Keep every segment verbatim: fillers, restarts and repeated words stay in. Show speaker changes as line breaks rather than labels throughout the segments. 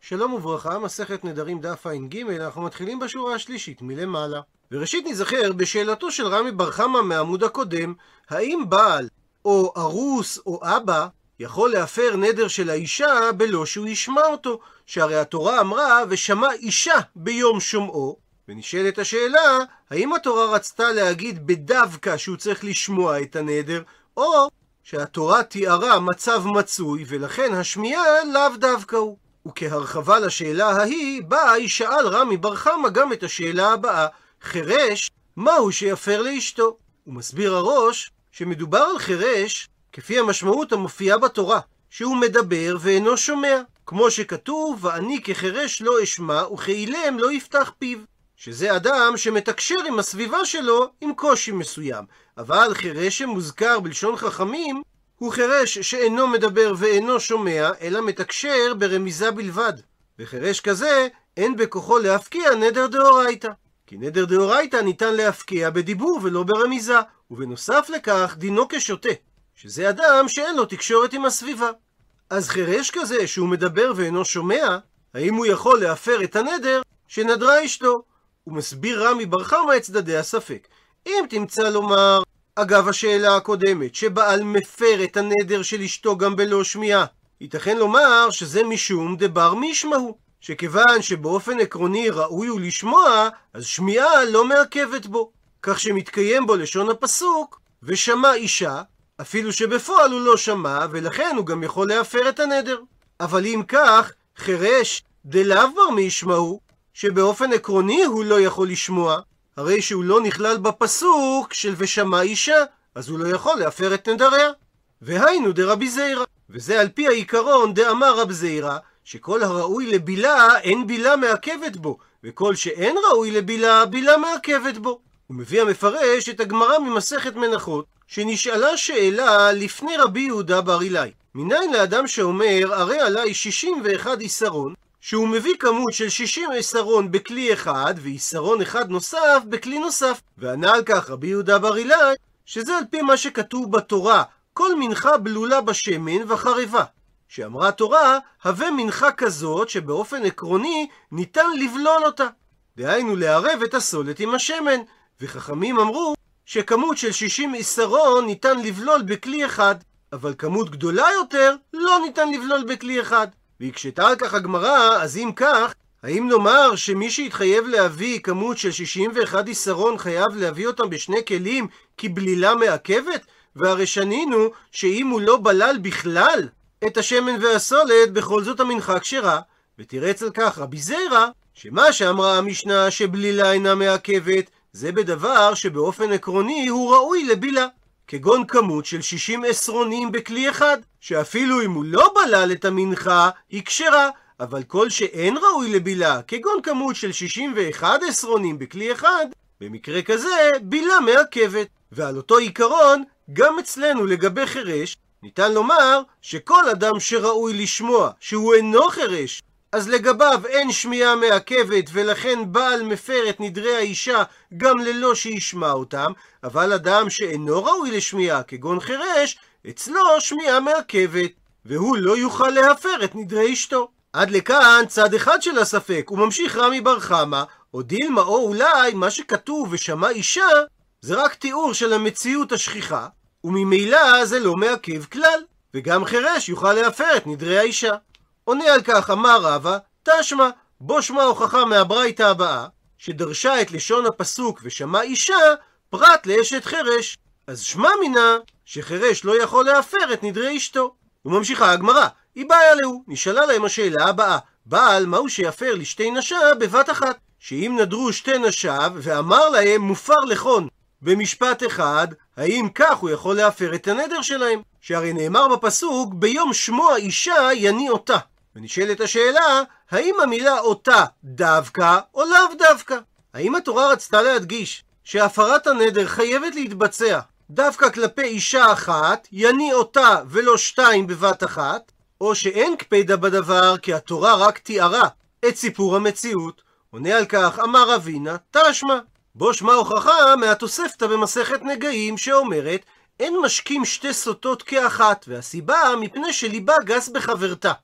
שלום וברכה, מסכת נדרים דף ע"ג, אנחנו מתחילים בשורה השלישית מלמעלה. וראשית נזכר בשאלתו של רמי בר חמא מהעמוד הקודם, האם בעל או ארוס או אבא יכול להפר נדר של האישה בלא שהוא ישמע אותו, שהרי התורה אמרה ושמע אישה ביום שומעו, ונשאלת השאלה, האם התורה רצתה להגיד בדווקא שהוא צריך לשמוע את הנדר, או שהתורה תיארה מצב מצוי ולכן השמיעה לאו דווקא הוא. וכהרחבה לשאלה ההיא, באה שאל רמי בר חמא גם את השאלה הבאה, חירש, מהו שיפר לאשתו? הוא מסביר הראש שמדובר על חירש כפי המשמעות המופיעה בתורה, שהוא מדבר ואינו שומע, כמו שכתוב, ואני כחירש לא אשמע וכאילם לא יפתח פיו, שזה אדם שמתקשר עם הסביבה שלו עם קושי מסוים. אבל חירש שמוזכר בלשון חכמים הוא חירש שאינו מדבר ואינו שומע, אלא מתקשר ברמיזה בלבד. וחירש כזה אין בכוחו להפקיע נדר דאורייתא, כי נדר דאורייתא ניתן להפקיע בדיבור ולא ברמיזה, ובנוסף לכך דינו כשוטה, שזה אדם שאין לו תקשורת עם הסביבה. אז חירש כזה שהוא מדבר ואינו שומע, האם הוא יכול להפר את הנדר שנדרה אשתו? הוא מסביר רמי בר חמא את צדדי הספק. אם תמצא לומר אגב השאלה הקודמת, שבעל מפר את הנדר של אשתו גם בלא שמיעה, ייתכן לומר שזה משום דבר משמעו, שכיוון שבאופן עקרוני ראוי הוא לשמוע, אז שמיעה לא מעכבת בו, כך שמתקיים בו לשון הפסוק, ושמע אישה, אפילו שבפועל הוא לא שמע, ולכן הוא גם יכול להפר את הנדר. אבל אם כך, חירש דלאו בר מישמעו, שבאופן עקרוני הוא לא יכול לשמוע, הרי שהוא לא נכלל בפסוק של ושמע אישה, אז הוא לא יכול להפר את נדריה. והיינו דרבי זיירא, וזה על פי העיקרון דאמר רב זיירא, שכל הראוי לבילה אין בילה מעכבת בו, וכל שאין ראוי לבילה, בילה מעכבת בו. הוא מביא המפרש את הגמרא ממסכת מנחות, שנשאלה שאלה לפני רבי יהודה בר אילאי. מניין לאדם שאומר, הרי עליי שישים ואחד איסרון, שהוא מביא כמות של שישים איסרון בכלי אחד, ואיסרון אחד נוסף בכלי נוסף. וענה על כך רבי יהודה בר אילאי, שזה על פי מה שכתוב בתורה, כל מנחה בלולה בשמן וחרבה. שאמרה תורה, הווה מנחה כזאת שבאופן עקרוני ניתן לבלול אותה. דהיינו לערב את הסולת עם השמן. וחכמים אמרו שכמות של שישים איסרון ניתן לבלול בכלי אחד, אבל כמות גדולה יותר לא ניתן לבלול בכלי אחד. והקשתה על כך הגמרא, אז אם כך, האם נאמר שמי שהתחייב להביא כמות של שישים ואחד איסרון חייב להביא אותם בשני כלים כי בלילה מעכבת? והרי שנינו שאם הוא לא בלל בכלל את השמן והסולת, בכל זאת המנחה כשרה. ותירץ על כך רבי זיירא, שמה שאמרה המשנה שבלילה אינה מעכבת, זה בדבר שבאופן עקרוני הוא ראוי לבילה, כגון כמות של שישים עשרונים בכלי אחד, שאפילו אם הוא לא בלל את המנחה, היא כשרה, אבל כל שאין ראוי לבילה, כגון כמות של שישים ואחד עשרונים בכלי אחד, במקרה כזה, בילה מעכבת. ועל אותו עיקרון, גם אצלנו לגבי חירש, ניתן לומר שכל אדם שראוי לשמוע, שהוא אינו חירש, אז לגביו אין שמיעה מעכבת, ולכן בעל מפר את נדרי האישה גם ללא שישמע אותם, אבל אדם שאינו ראוי לשמיעה, כגון חירש, אצלו שמיעה מעכבת, והוא לא יוכל להפר את נדרי אשתו. עד לכאן צד אחד של הספק. הוא ממשיך רמי בר חמא, או דילמה או אולי מה שכתוב ושמע אישה, זה רק תיאור של המציאות השכיחה, וממילא זה לא מעכב כלל, וגם חירש יוכל להפר את נדרי האישה. עונה על כך אמר רבא, תשמע, בו שמע הוכחה מהברייתא הבאה, שדרשה את לשון הפסוק ושמע אישה, פרט לאשת חירש. אז שמע מינה שחירש לא יכול להפר את נדרי אשתו. וממשיכה הגמרא, היא באה להו, נשאלה להם השאלה הבאה, בעל מהו שיפר לשתי נשיו בבת אחת, שאם נדרו שתי נשיו ואמר להם מופר לכון במשפט אחד, האם כך הוא יכול להפר את הנדר שלהם? שהרי נאמר בפסוק, ביום שמוע אישה יני אותה. ונשאלת השאלה, האם המילה אותה דווקא או לאו דווקא? האם התורה רצתה להדגיש שהפרת הנדר חייבת להתבצע דווקא כלפי אישה אחת, יני אותה ולא שתיים בבת אחת? או שאין קפדה בדבר כי התורה רק תיארה את סיפור המציאות? עונה על כך אמר רבינה, תשמע, בו שמע הוכחה מהתוספתא במסכת נגעים שאומרת, אין משקים שתי סוטות כאחת, והסיבה מפני שליבה גס בחברתה.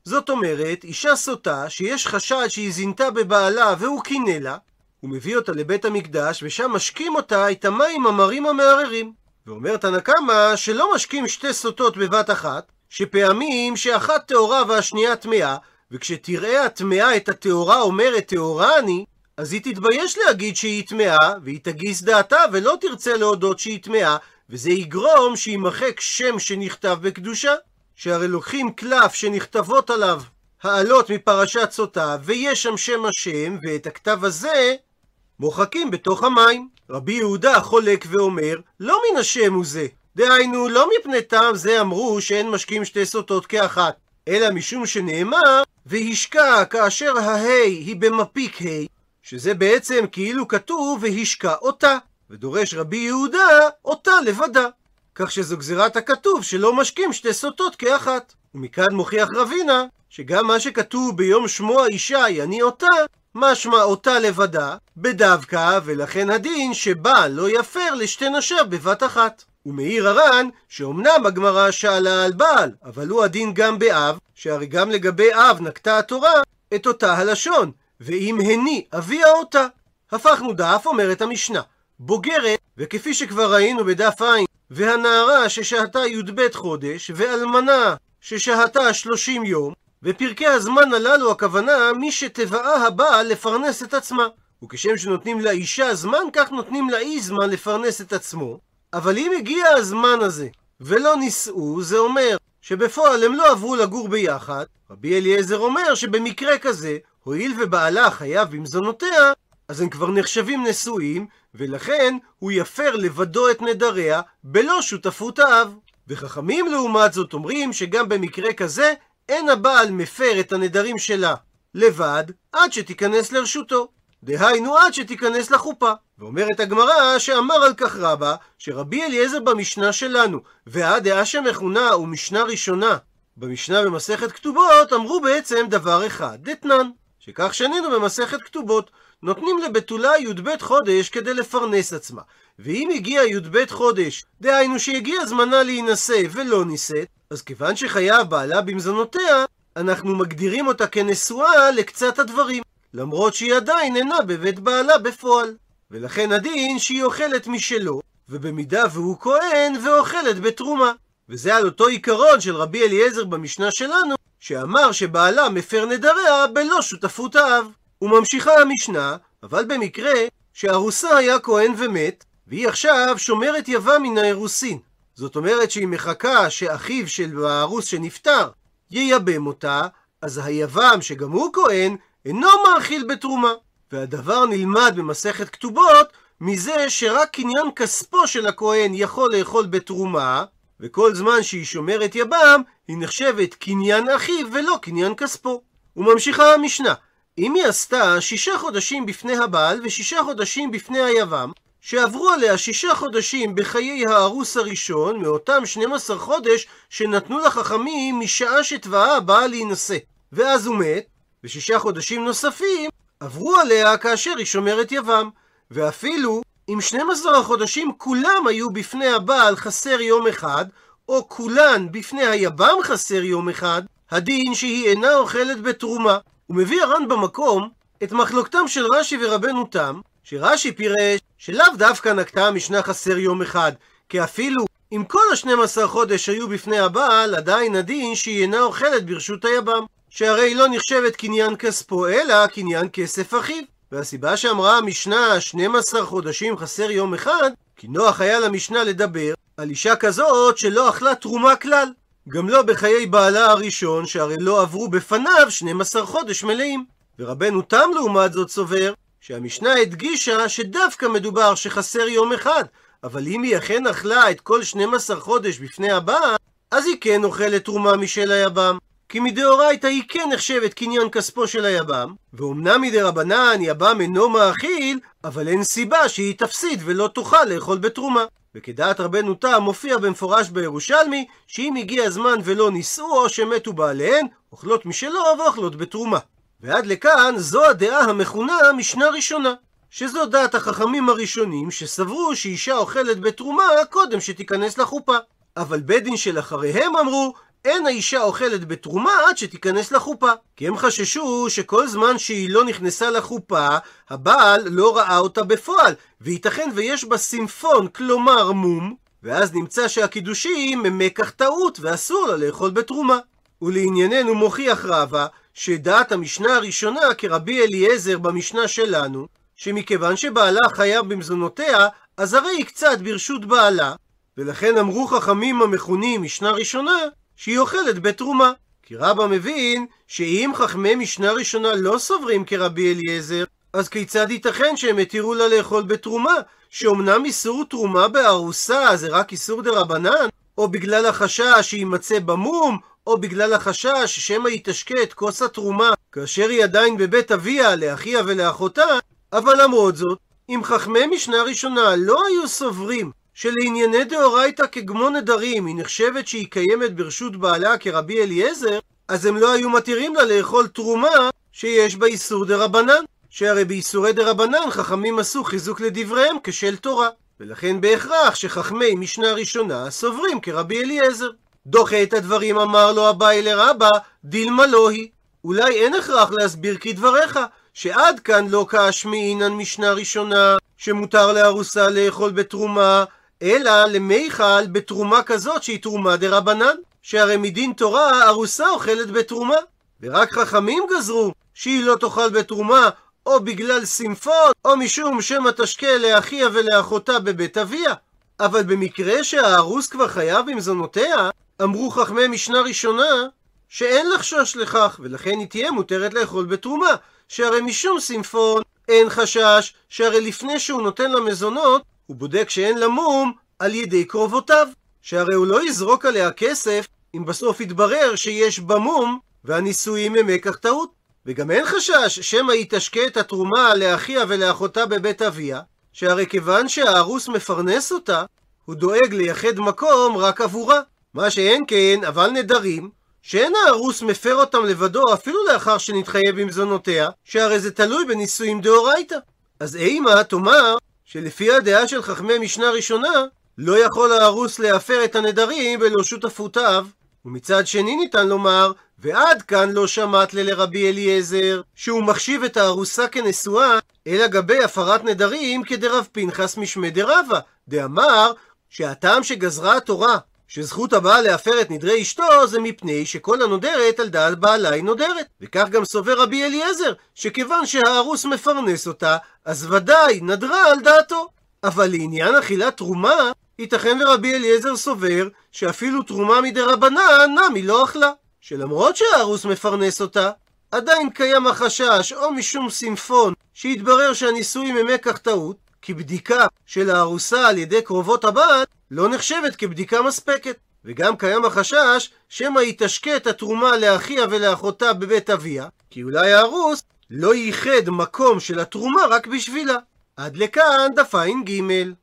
זאת אומרת, אישה סוטה שיש חשד שהיא זינתה בבעלה והוא קינא לה, הוא מביא אותה לבית המקדש ושם משקים אותה את המים המרים המערערים. ואומר תנא קמא שלא משקים שתי סוטות בבת אחת, שפעמים שאחת טהורה והשנייה טמאה, וכשתראה הטמאה את הטהורה אומרת טהורה אני, אז היא תתבייש להגיד שהיא טמאה, והיא תגיס דעתה ולא תרצה להודות שהיא טמאה, וזה יגרום שימחק שם שנכתב בקדושה. שהרי לוקחים קלף שנכתבות עליו העלות מפרשת סוטה, ויש שם שם השם, ואת הכתב הזה מוחקים בתוך המים. רבי יהודה חולק ואומר, לא מן השם הוא זה. דהיינו, לא מפני טעם זה אמרו שאין משקים שתי סוטות כאחת, אלא משום שנאמר, והשקע כאשר ההי היא במפיק ה', שזה בעצם כאילו כתוב והשקע אותה, ודורש רבי יהודה אותה לבדה. כך שזו גזירת הכתוב שלא משקים שתי סוטות כאחת. ומכאן מוכיח רבינה שגם מה שכתוב ביום שמו האישה יני אותה, משמע אותה לבדה, בדווקא, ולכן הדין שבעל לא יפר לשתי נשיו בבת אחת. ומעיר הר"ן שאומנם הגמרא שאלה על בעל, אבל הוא הדין גם באב, שהרי גם לגבי אב נקטה התורה את אותה הלשון, ואם הני אביה אותה. הפכנו דף, אומרת המשנה, בוגרת, וכפי שכבר ראינו בדף עין, והנערה ששהתה י"ב חודש, ואלמנה ששהתה שלושים יום, ופרקי הזמן הללו הכוונה מי שטבעה הבעל לפרנס את עצמה. וכשם שנותנים לאישה זמן, כך נותנים לאיש זמן לפרנס את עצמו. אבל אם הגיע הזמן הזה ולא נישאו, זה אומר שבפועל הם לא עברו לגור ביחד. רבי אליעזר אומר שבמקרה כזה, הואיל ובעלה חייב במזונותיה, אז הם כבר נחשבים נשואים, ולכן הוא יפר לבדו את נדריה בלא שותפות האב. וחכמים לעומת זאת אומרים שגם במקרה כזה אין הבעל מפר את הנדרים שלה לבד עד שתיכנס לרשותו, דהיינו עד שתיכנס לחופה. ואומרת הגמרא שאמר על כך רבא, שרבי אליעזר במשנה שלנו והדעה שמכונה ומשנה ראשונה במשנה במסכת כתובות אמרו בעצם דבר אחד, דתנן, שכך שנינו במסכת כתובות, נותנים לבתולה י"ב חודש כדי לפרנס עצמה, ואם הגיע י"ב חודש, דהיינו שהגיע זמנה להינשא ולא נישאת, אז כיוון שחייב בעלה במזונותיה, אנחנו מגדירים אותה כנשואה לקצת הדברים, למרות שהיא עדיין אינה בבית בעלה בפועל. ולכן הדין שהיא אוכלת משלו, ובמידה והוא כהן ואוכלת בתרומה. וזה על אותו עיקרון של רבי אליעזר במשנה שלנו, שאמר שבעלה מפר נדריה בלא שותפות האב. וממשיכה המשנה, אבל במקרה שהארוסה היה כהן ומת, והיא עכשיו שומרת יבם מן האירוסין. זאת אומרת שהיא מחכה שאחיו של הארוס שנפטר ייבם אותה, אז היבם שגם הוא כהן אינו מאכיל בתרומה. והדבר נלמד במסכת כתובות מזה שרק קניין כספו של הכהן יכול לאכול בתרומה, וכל זמן שהיא שומרת יבם היא נחשבת קניין אחיו ולא קניין כספו. וממשיכה המשנה, אם היא עשתה שישה חודשים בפני הבעל ושישה חודשים בפני היבם, שעברו עליה שישה חודשים בחיי הארוס הראשון מאותם שנים עשר חודש שנתנו לחכמים משעה שטבעה הבעל להינשא, ואז הוא מת, ושישה חודשים נוספים עברו עליה כאשר היא שומרת יבם. ואפילו אם שנים עשר החודשים כולם היו בפני הבעל חסר יום אחד, או כולן בפני היבם חסר יום אחד, הדין שהיא אינה אוכלת בתרומה. הוא מביא הר"ן במקום את מחלוקתם של רש"י ורבנו תם, שרש"י פירש שלאו דווקא נקטה המשנה חסר יום אחד, כי אפילו אם כל ה-שנים עשר חודש היו בפני הבעל, עדיין הדין שהיא אינה אוכלת ברשות היבם, שהרי היא לא נחשבת קניין כספו אלא קניין כסף אחיו. והסיבה שאמרה המשנה שנים עשר חודשים חסר יום אחד, כי נוח היה למשנה לדבר על אישה כזאת שלא אכלה תרומה כלל, גם לא בחיי בעלה הראשון, שהרי לא עברו בפניו שנים עשר חודש מלאים. ורבנו תם לעומת זאת סובר שהמשנה הדגישה שדווקא מדובר שחסר יום אחד, אבל אם היא אכן אכלה את כל שנים עשר חודש בפני הבעל, אז היא כן אוכלת תרומה משל היבם, כי מדאורייתא היא כן נחשבת קניין כספו של היבם, ואומנם מדרבנן יבם אינו מאכיל, אבל אין סיבה שהיא תפסיד ולא תוכל לאכול בתרומה. וכדעת רבנו תם מופיע במפורש בירושלמי שאם הגיע הזמן ולא נישאו או שמתו בעליהן, אוכלות משלו ואוכלות בתרומה. ועד לכאן זו הדעה המכונה משנה ראשונה, שזו דעת החכמים הראשונים שסברו שאישה אוכלת בתרומה קודם שתיכנס לחופה. אבל בית דין של אחריהם אמרו אין האישה אוכלת בתרומה עד שתיכנס לחופה. כי הם חששו שכל זמן שהיא לא נכנסה לחופה, הבעל לא ראה אותה בפועל, וייתכן ויש בה סימפון, כלומר מום, ואז נמצא שהקידושים הם מקח טעות ואסור לה לאכול בתרומה. ולענייננו מוכיח רבא שדעת המשנה הראשונה כרבי אליעזר במשנה שלנו, שמכיוון שבעלה חייב במזונותיה, אז הרי היא קצת ברשות בעלה, ולכן אמרו חכמים המכונים משנה ראשונה שהיא אוכלת בתרומה. כי רבא מבין שאם חכמי משנה ראשונה לא סוברים כרבי אליעזר, אז כיצד ייתכן שהם התירו לה לאכול בתרומה, שאומנם איסור תרומה בארוסה זה רק איסור דרבנן, או בגלל החשש שימצא במום, או בגלל החשש שמא היא תשקה את כוס התרומה כאשר היא עדיין בבית אביה לאחיה ולאחותה. אבל למרות זאת, אם חכמי משנה ראשונה לא היו סוברים שלענייני דאורייתא כגמון נדרים היא נחשבת שהיא קיימת ברשות בעלה כרבי אליעזר, אז הם לא היו מתירים לה לאכול תרומה שיש בה איסור דרבנן, שהרי באיסורי דרבנן חכמים עשו חיזוק לדבריהם כשל תורה, ולכן בהכרח שחכמי משנה ראשונה סוברים כרבי אליעזר. דוחה את הדברים אמר לו אביי לרבא, דילמה לא היא. אולי אין הכרח להסביר כדבריך, שעד כאן לא כאשמעינן משנה ראשונה שמותר לארוסה לאכול בתרומה, אלא למיכל בתרומה כזאת שהיא תרומה דרבנן, שהרי מדין תורה ארוסה אוכלת בתרומה, ורק חכמים גזרו שהיא לא תאכל בתרומה או בגלל סימפון או משום שמא תשקה לאחיה ולאחותה בבית אביה. אבל במקרה שהארוס כבר חייב במזונותיה, אמרו חכמי משנה ראשונה שאין לחשוש לכך, ולכן היא תהיה מותרת לאכול בתרומה, שהרי משום סימפון אין חשש, שהרי לפני שהוא נותן לה מזונות הוא בודק שאין לה מום על ידי קרובותיו, שהרי הוא לא יזרוק עליה כסף אם בסוף יתברר שיש בה מום והנישואים הם מקח טעות. וגם אין חשש שמא היא תשקה את התרומה לאחיה ולאחותה בבית אביה, שהרי כיוון שהארוס מפרנס אותה, הוא דואג לייחד מקום רק עבורה. מה שאין כן, אבל נדרים, שאין הארוס מפר אותם לבדו אפילו לאחר שנתחייב במזונותיה, שהרי זה תלוי בנישואים דאורייתא. אז אימה תאמר שלפי הדעה של חכמי משנה ראשונה, לא יכול הארוס להפר את הנדרים בלא שותפותיו. ומצד שני ניתן לומר, ועד כאן לא שמעת לרבי אליעזר, שהוא מחשיב את הארוסה כנשואה, אלא גבי הפרת נדרים כדרב פנחס משמי דרבא, דאמר שהטעם שגזרה התורה שזכות הבעל להפר את נדרי אשתו זה מפני שכל הנודרת על דעת בעלה היא נודרת, וכך גם סובר רבי אליעזר שכיוון שהארוס מפרנס אותה אז ודאי נדרה על דעתו. אבל לעניין אכילת תרומה, ייתכן ורבי אליעזר סובר שאפילו תרומה מדרבנן נמי לא אכלה, שלמרות שהארוס מפרנס אותה עדיין קיים החשש או משום סימפון שהתברר שהנישואים הם מקח טעות, כי בדיקה של הארוסה על ידי קרובות הבעל לא נחשבת כבדיקה מספקת, וגם קיים החשש שמא היא תשקה את התרומה לאחיה ולאחותה בבית אביה, כי אולי הארוס לא ייחד מקום של התרומה רק בשבילה. עד לכאן דף עין ג'.